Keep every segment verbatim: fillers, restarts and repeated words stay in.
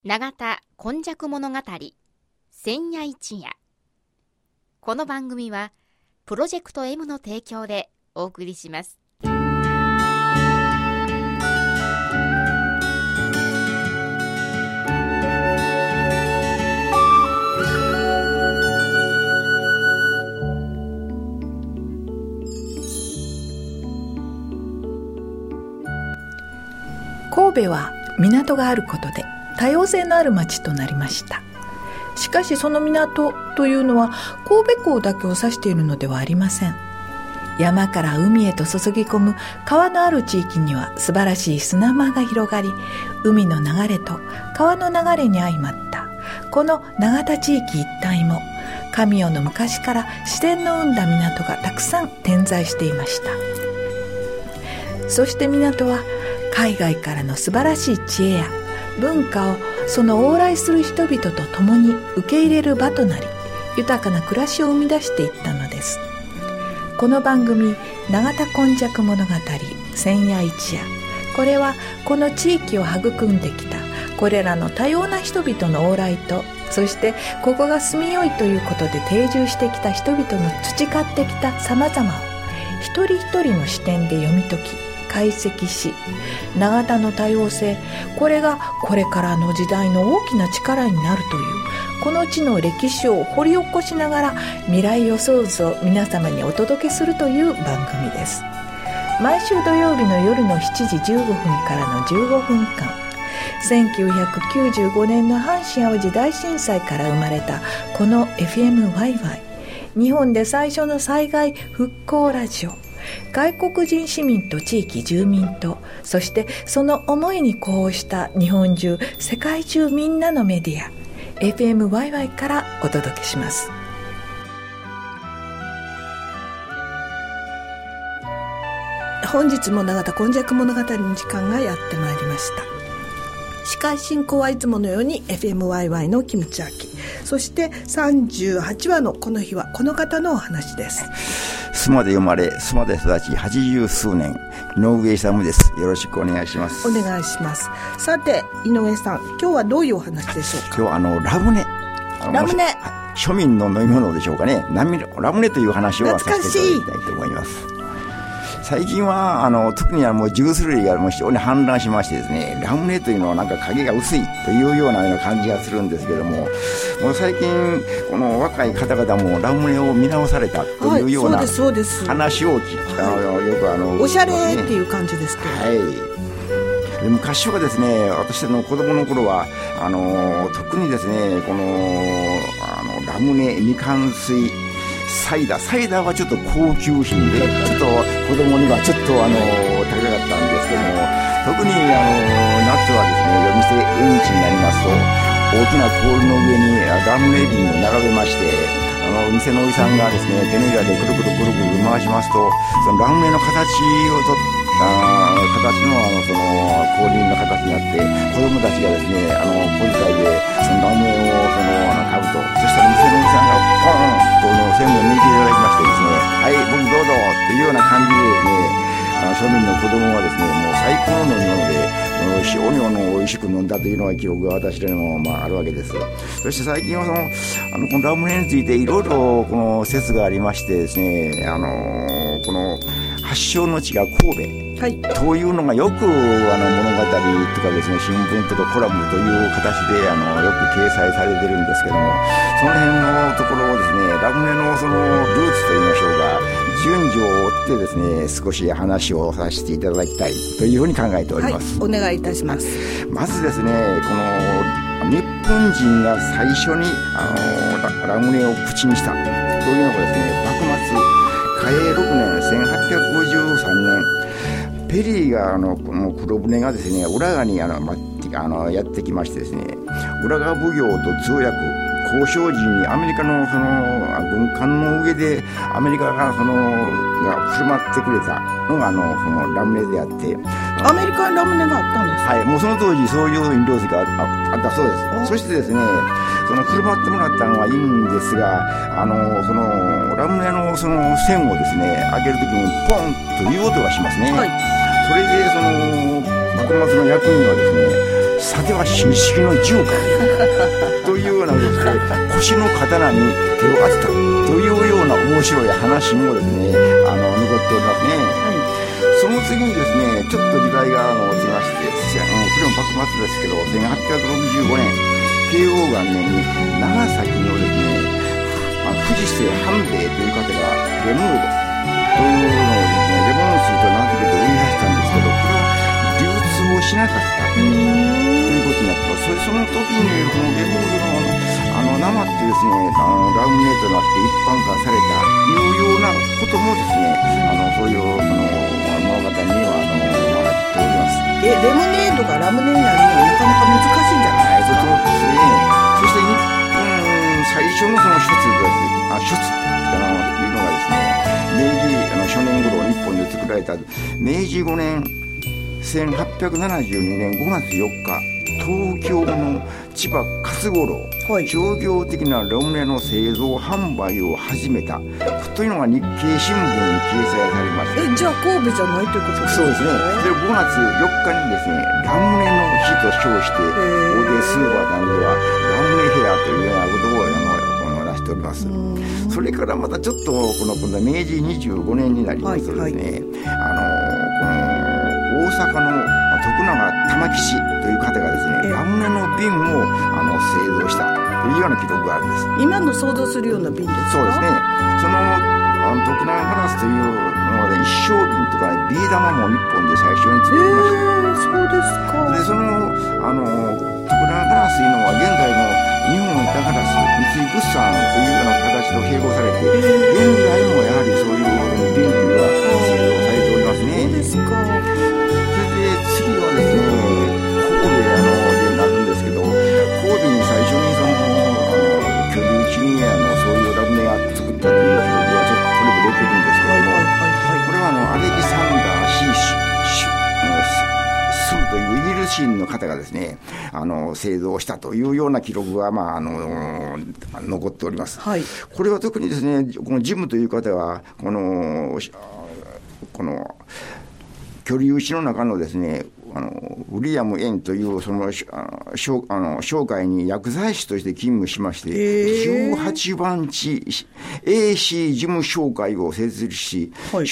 永田今昔物語千夜一夜。この番組はプロジェクト M の提供でお送りします。 神戸は港があることで多様性のある町となりました。しかしその港というのは神戸港だけを指しているのではありません。山から海へと注ぎ込む川のある地域には素晴らしい砂間が広がり、海の流れと川の流れに相まったこの永田地域一帯も神代の昔から自然の生んだ港がたくさん点在していました。そして港は海外からの素晴らしい知恵や文化をその往来する人々と共に受け入れる場となり、豊かな暮らしを生み出していったのです。この番組永田今昔物語千夜一夜、これはこの地域を育んできたこれらの多様な人々の往来と、そしてここが住みよいということで定住してきた人々の培ってきた様々を一人一人の視点で読み解き解析し、永田の多様性、これがこれからの時代の大きな力になるというこの地の歴史を掘り起こしながら未来予想図を皆様にお届けするという番組です。毎週土曜日の夜のしちじじゅうごふんからのじゅうごふんかん、せんきゅうひゃくきゅうじゅうごねんの阪神・淡路大震災から生まれたこの エフエムワイワイ、 日本で最初の災害復興ラジオ、外国人市民と地域住民と、そしてその思いに呼応した日本中世界中みんなのメディア エフエムワイワイ からお届けします。 本日も永田今昔物語の時間がやってまいりました。司会進行はいつものように エフエムワイワイ のキムチアキ、そしてさんじゅうはちわのこの日はこの方のお話です。 須磨で生まれ須磨で育ちはちじゅうすうねん、井上勇です。よろしくお願いします。 お願いします。さて井上さん、今日はどういうお話でしょうか。 今日はあのラムネラムネ庶民の飲み物でしょうかね。ラムネという話をさせていただきたいと思います。最近はあの特にはもうジュース類がもう非常に氾濫しましてですね、ラムネというのはなんか影が薄いというような感じがするんですけども、もう最近この若い方々もラムネを見直されたというような話を聞いた、はい、よくあのおしゃれっていう感じですけど、 はい、で昔はですね、私の子供の頃はあの特にですね、このあのラムネ、みかん水、サイダーサイダーはちょっと高級品でちょっと子供にはちょっとあの高かったんですけども、特にあの夏はですね、夜店縁日になりますと大きな氷の上にラムネ瓶を並べまして、あの店のおじさんがですね、手のひらでくるくるくるくる回しますと、そのラムネの形をとあ形のあのその氷の形になって、子供たちがですね、あの小遣いでそのラムネをその買うと、そしたら店のおじさんがポーンと線を抜いていただきましてですね、はい、僕どうぞというような感じでですね、あの庶民の子供はですね、もう最高の飲み物で非常にあの美味しく飲んだというのが記憶が私らにもまああるわけです。そして最近はそのあのこのラムネについていろいろこの説がありましてですね、あのこの発祥の地が神戸、はい、というのがよくあの物語とかですね、新聞とかコラムという形であのよく掲載されてるんですけども、その辺のところをですね、ラムネのそのルーツといいましょうか、順序を追ってですね、少し話をさせていただきたいというふうに考えております。 はい、お願いいたします。 まずですね、この日本人が最初にあの ラ, ラムネを口にしたというのがですね、幕末嘉永ろくねんせんはっぴゃくごじゅうさんねん、ペリーがあのこの黒船がですね、浦賀にあの、ま、あのやってきましてですね、浦賀奉行と通訳交渉時にアメリカのその軍艦の上でアメリカがそのが振る舞ってくれたのがあのそのラムネであって、 アメリカにラムネがあったんですか。 はい、もうその当時そういう飲料水が あ, あったそうです。そしてですね、その振る舞ってもらったのはいいんですが、あのそのラムネのその栓をですね、開けるときにポンという音がしますね。はい、それでその幕末の役人はですね、 さては新式の銃かというようなですね、腰の刀に手を当てたというような面白い話もですね、あの残っておりますね、はい、その次にですね、ちょっと時代が落ちまして、これも幕末ですけどせんはっぴゃくろくじゅうごねん慶応元年に長崎のですね、富士製半兵衛という方がレモードというのをですね、レモン水と名付けて売り出したんですけど、これは流通をしなかったということになってます。それその時にこのレモードのあの生ってですね、あのラムネとなって一般化されたというようなこともですね、あのそういうあの物語にはあの学っております。 え、レモネードがラムネになるのはなかなか難しいんじゃないですか。 そうですね。そして日本最初のその書通ですあ書通あのいうのがですね、明治あの初年頃日本で作られた明治ごねんせんはっぴゃくななじゅうにねんごがつよっか、東京の千葉勝五郎、はい、商業的なラムネの製造販売を始めたというのが日経新聞に掲載されました。 え、じゃあ神戸じゃないということですか。 そうですね。でごがつよっかにですね、ラムネの日と称して大手スーパーなどではラムネヘアというようなことをあの出しております。それからまたちょっとこの今度明治にじゅうごねんになりますとですね、はいはい、あのこの大阪の徳永玉吉氏という方がですね、ラムネの瓶をあの製造したというような記録があるんです。 今の想像するような瓶ですか。 そうですね。そのあの徳永ガラスというので一升瓶とか、ね、ビー玉も日本で最初に作りました。 えー、そうですか。 でそのあの徳永ガラスというのは現在の日本板ガラス三井物産というような形で併合されて、現在もやはりそういう瓶というのは製造されておりますね。 そうですか。 次はですね、神戸あのでなるんですけど、神戸に最初にその居留地にあのそういうラムネが作ったという記録がちょっとこれも出てるんですけども、これはあのアレキサンダー・シーシスーというイギリス人の方がですね、あの製造したというような記録が、まあ、あの残っております、はい、これは特にですね、このジムという方はこのこの居留地の中のですね、あのウィリアム・エンというそのあの商会に薬剤師として勤務しまして、じゅうはちばん地 エーシー 事務商会を設立し、はい、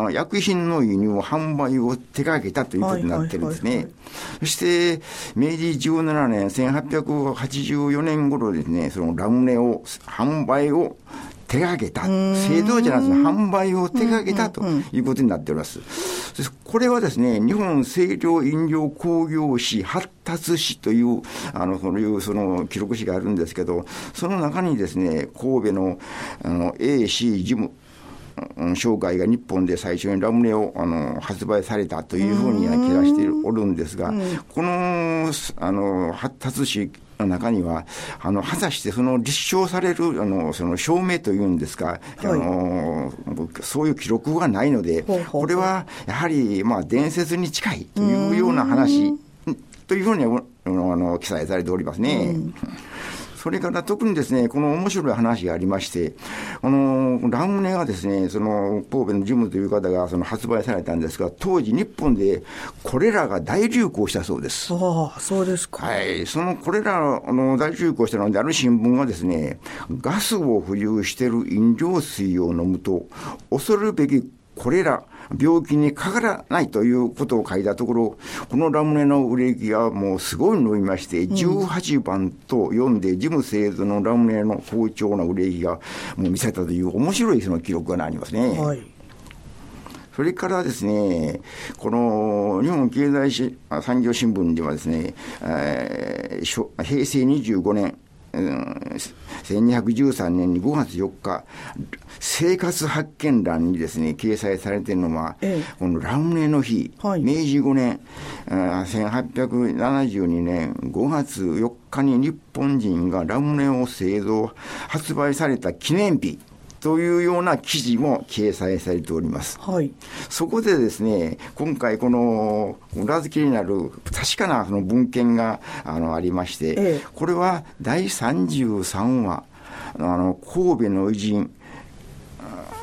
あ薬品の輸入販売を手掛けたということになってるんですね、はいはいはいはい、そして明治じゅうななねんせんはっぴゃくはちじゅうよねん頃ですね、そのラムネを販売を手掛けた、製造じゃなくて販売を手掛けたということになっております。これはですね、日本清涼飲料工業史発達史というあのそういうその記録誌があるんですけど、その中にですね、神戸のあの エーシー 事務商会が日本で最初にラムネをあの発売されたというふうに記しておるんですが、このあの発達史の中にはあの果たしてその立証されるあのその証明というんですか、はい、あのそういう記録がないので、ほうほうほう、これはやはりまあ伝説に近いというような話というふうにあの記載されておりますね。それから特にですね、この面白い話がありまして、あのラムネがですね、その神戸のジムという方がその発売されたんですが、当時日本でコレラが大流行したそうです。 ああ、そうですか。 はい、そのコレラの大流行したので、ある新聞がですね、ガスを浮遊している飲料水を飲むと恐るべきコレラ病気にかからないということを書いたところ、このラムネの売れ行きがもうすごい伸びまして、うん、じゅうはちばんと読んでジム製造のラムネの好調な売れ行きがもう見せたという面白いその記録がありますね、はい。それからですね、この日本経済産業新聞ではですね、えー、平成にじゅうごねんせんにひゃくじゅうさんねんにごがつよっか、生活発見欄にですね掲載されているのは、ええ、このラムネの日、はい、明治ごねんせんはっぴゃくななじゅうにねんごがつよっかに日本人がラムネを製造発売された記念日というような記事も掲載されております、はい、そこでですね、今回この裏付けになる確かなその文献が あのありまして、ええ、これはだいさんじゅうさんわあの神戸の偉人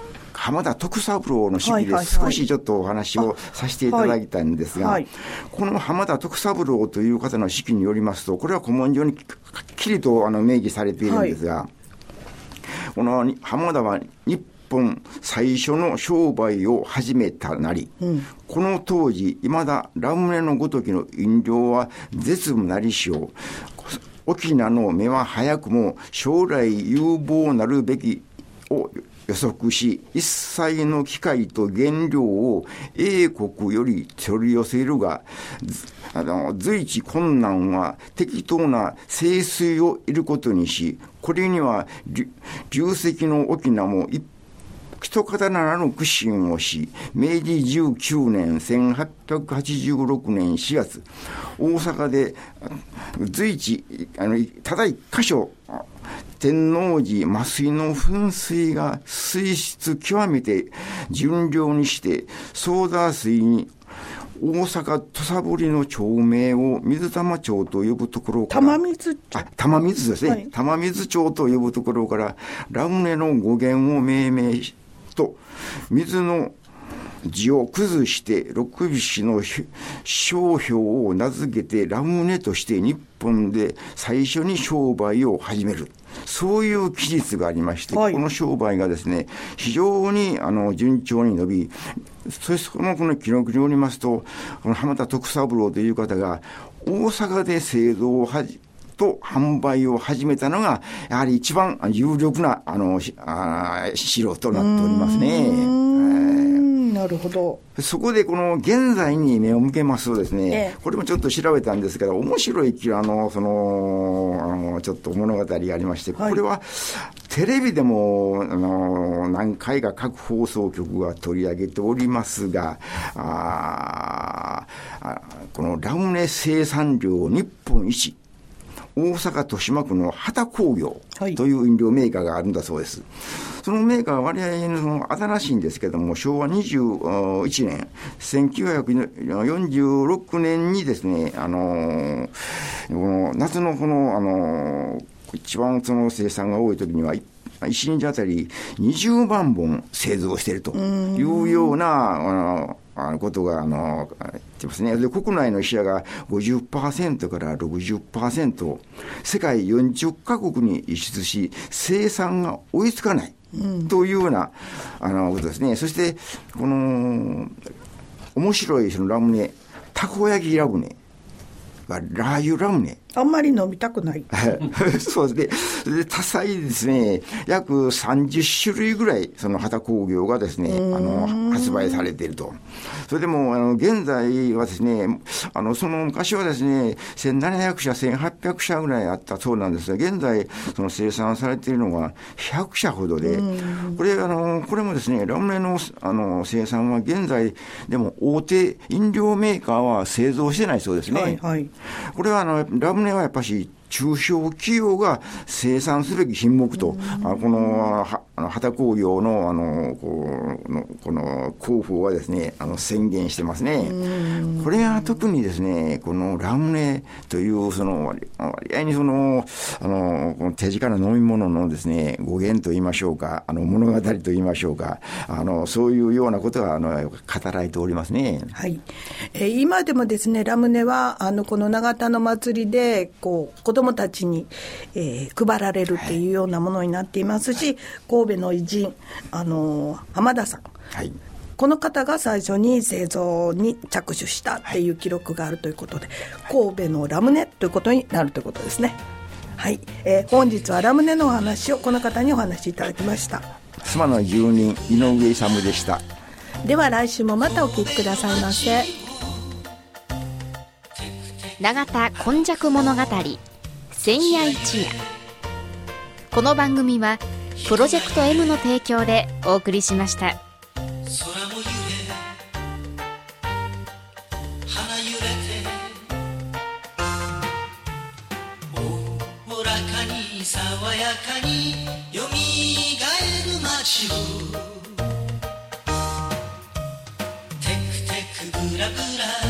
浜田徳三郎の手記で少しちょっとお話をさせていただきたいんですが、はいはい、この浜田徳三郎という方の手記によりますと、これは古文書にはっきりとあの明記されているんですが、はい、この浜田は日本最初の商売を始めたなり、うん、この当時いまだラムネのごときの飲料は絶無なりしよう、沖縄の目は早くも将来有望なるべきを予測し、一切の機械と原料を英国より取り寄せるが、あの随一困難は適当な清水を得ることにし、これには流石の沖縄も一一方ならぬ苦心をし、明治じゅうきゅうねんせんはっぴゃくはちじゅうろくねんしがつ、大阪で随一あのただ一箇所天王寺麻酔の噴水が水質極めて純良にしてソーダ水に大阪土佐堀の町名を水玉町と呼ぶところから、 玉水町、 あ、玉水ですね、はい、玉水町と呼ぶところからラムネの語源を命名しと水の字を崩して六菱の商標を名付けてラムネとして日本で最初に商売を始める、そういう記述がありまして、はい、この商売がですね非常にあの順調に伸び、そしてこのこの記録によりますと、この浜田徳三郎という方が大阪で製造を始めと販売を始めたのがやはり一番有力なあのあ資料となっておりますね。 なるほど。 そこでこの現在に目を向けますとですね、ええ、これもちょっと調べたんですけど、面白いあのそのあのちょっと物語がありまして、これはテレビでもあの何回か各放送局が取り上げておりますが、ああこのラムネ生産量日本一、大阪豊島区の畑工業という飲料メーカーがあるんだそうです。はい、そのメーカーは割合の新しいんですけども、しょうわにじゅういちねん、せんきゅうひゃくよんじゅうろくねんにですね、あのこの夏のこの、あの一番その生産が多い時にはいちにちあたりにじゅうまんぼん製造しているというようなあのあのことがあの言ってますね。で、国内のシェアが ごじゅっパーセント から ろくじゅっパーセント、 世界よんじゅっかこくに輸出し生産が追いつかない、うん、というようなあのことですね。そしてこの面白いそのラムネ、たこ焼きラムネ、ラー油ラムネ、 あんまり飲みたくないそうですね。で多彩ですね、約さんじゅっしゅるいぐらいその畑工業がですねあの発売されていると。それでもあの現在はですね、あのその昔はですねせんななひゃくしゃせんはっぴゃくしゃぐらいあったそうなんですが、現在その生産されているのがひゃくしゃほどで、これあのこれもですねラムネのあの生産は現在でも大手飲料メーカーは製造してないそうですね。はいはい、これはあのラムネはやっぱし中小企業が生産すべき品目と、あこの畑工業のあのこのこの広報はですねあの宣言してますね。これは特にですねこのラムネというその割合にそのあのこの手近な飲み物のですね語源といいましょうか、あの物語といいましょうか、あのそういうようなことがあの語られておりますね。 はい、えー、今でもですねラムネはあのこの長田の祭りでこう子どもたちに、えー、配られるっていうようなものになっていますし、はい、神戸の偉人あの浜田さん、はい、この方が最初に製造に着手したっていう記録があるということで、はい、神戸のラムネということになるということですね。はい、えー、本日はラムネのお話をこの方にお話しいただきました。 須磨の住人井上勇でした。 では来週もまたお聞きくださいませ。 永田今昔物語千夜一夜。この番組はプロジェクト M の提供でお送りしました。 空も揺れ花揺れておおらかに爽やかによみがえる街をテクテクブラブラ